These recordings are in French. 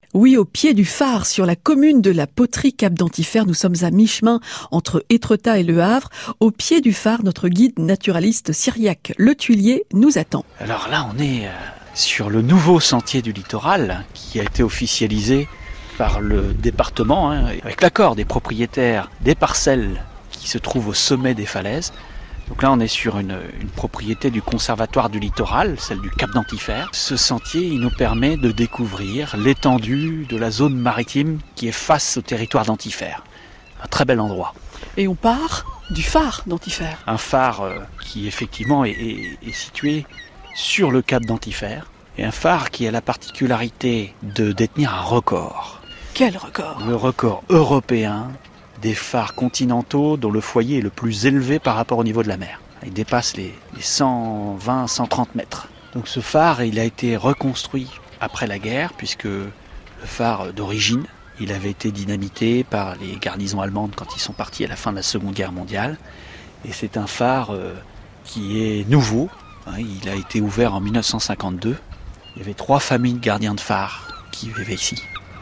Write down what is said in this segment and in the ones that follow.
Oui, au pied du phare, sur la commune de la Poterie Cap d'Antifer, nous sommes à mi-chemin entre Étretat et Le Havre. Au pied du phare, notre guide naturaliste Cyriaque Le Tuilier nous attend. Alors là, on est sur le nouveau sentier du littoral qui a été officialisé par le département, avec l'accord des propriétaires des parcelles qui se trouvent au sommet des falaises. Donc là, on est sur une propriété du conservatoire du littoral, celle du Cap d'Antifer. Ce sentier, il nous permet de découvrir l'étendue de la zone maritime qui est face au territoire d'Antifer. Un très bel endroit. Et on part du phare d'Antifer. Un phare qui effectivement est situé sur le Cap d'Antifer. Et un phare qui a la particularité de détenir un record. Quel record ? Le record européen des phares continentaux dont le foyer est le plus élevé par rapport au niveau de la mer. Il dépasse les 120-130 mètres. Donc ce phare, il a été reconstruit après la guerre, puisque le phare d'origine, il avait été dynamité par les garnisons allemandes quand ils sont partis à la fin de la Seconde Guerre mondiale. Et c'est un phare qui est nouveau. Il a été ouvert en 1952. Il y avait 3 familles de gardiens de phare qui vivaient ici.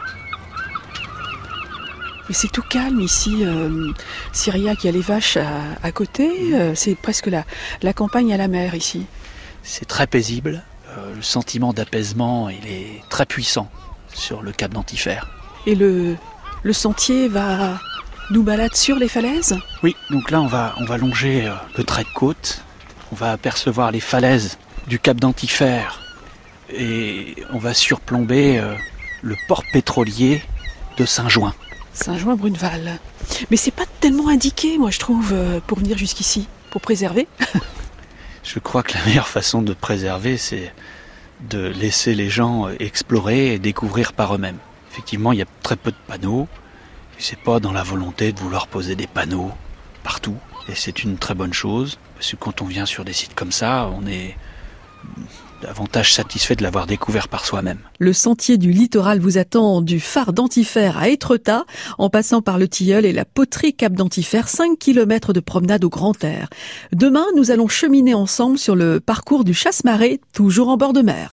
Mais c'est tout calme ici, Cyriaque, il y a les vaches à côté, c'est presque la campagne à la mer ici. C'est très paisible, le sentiment d'apaisement il est très puissant sur le Cap d'Antifer. Et le sentier nous balade sur les falaises ? Oui, donc là on va longer le trait de côte, on va apercevoir les falaises du Cap d'Antifer et on va surplomber le port pétrolier de Saint-Jouin. Saint-Jouin-Bruneval. Mais c'est pas tellement indiqué, moi je trouve, pour venir jusqu'ici, pour préserver. Je crois que la meilleure façon de préserver, c'est de laisser les gens explorer et découvrir par eux-mêmes. Effectivement, il y a très peu de panneaux, et c'est pas dans la volonté de vouloir poser des panneaux partout. Et c'est une très bonne chose, parce que quand on vient sur des sites comme ça, on est davantage satisfait de l'avoir découvert par soi-même. Le sentier du littoral vous attend du phare d'Antifer à Étretat, en passant par le Tilleul et la Poterie Cap d'Antifer, 5 km de promenade au grand air. Demain, nous allons cheminer ensemble sur le parcours du Chasse-Marée, toujours en bord de mer.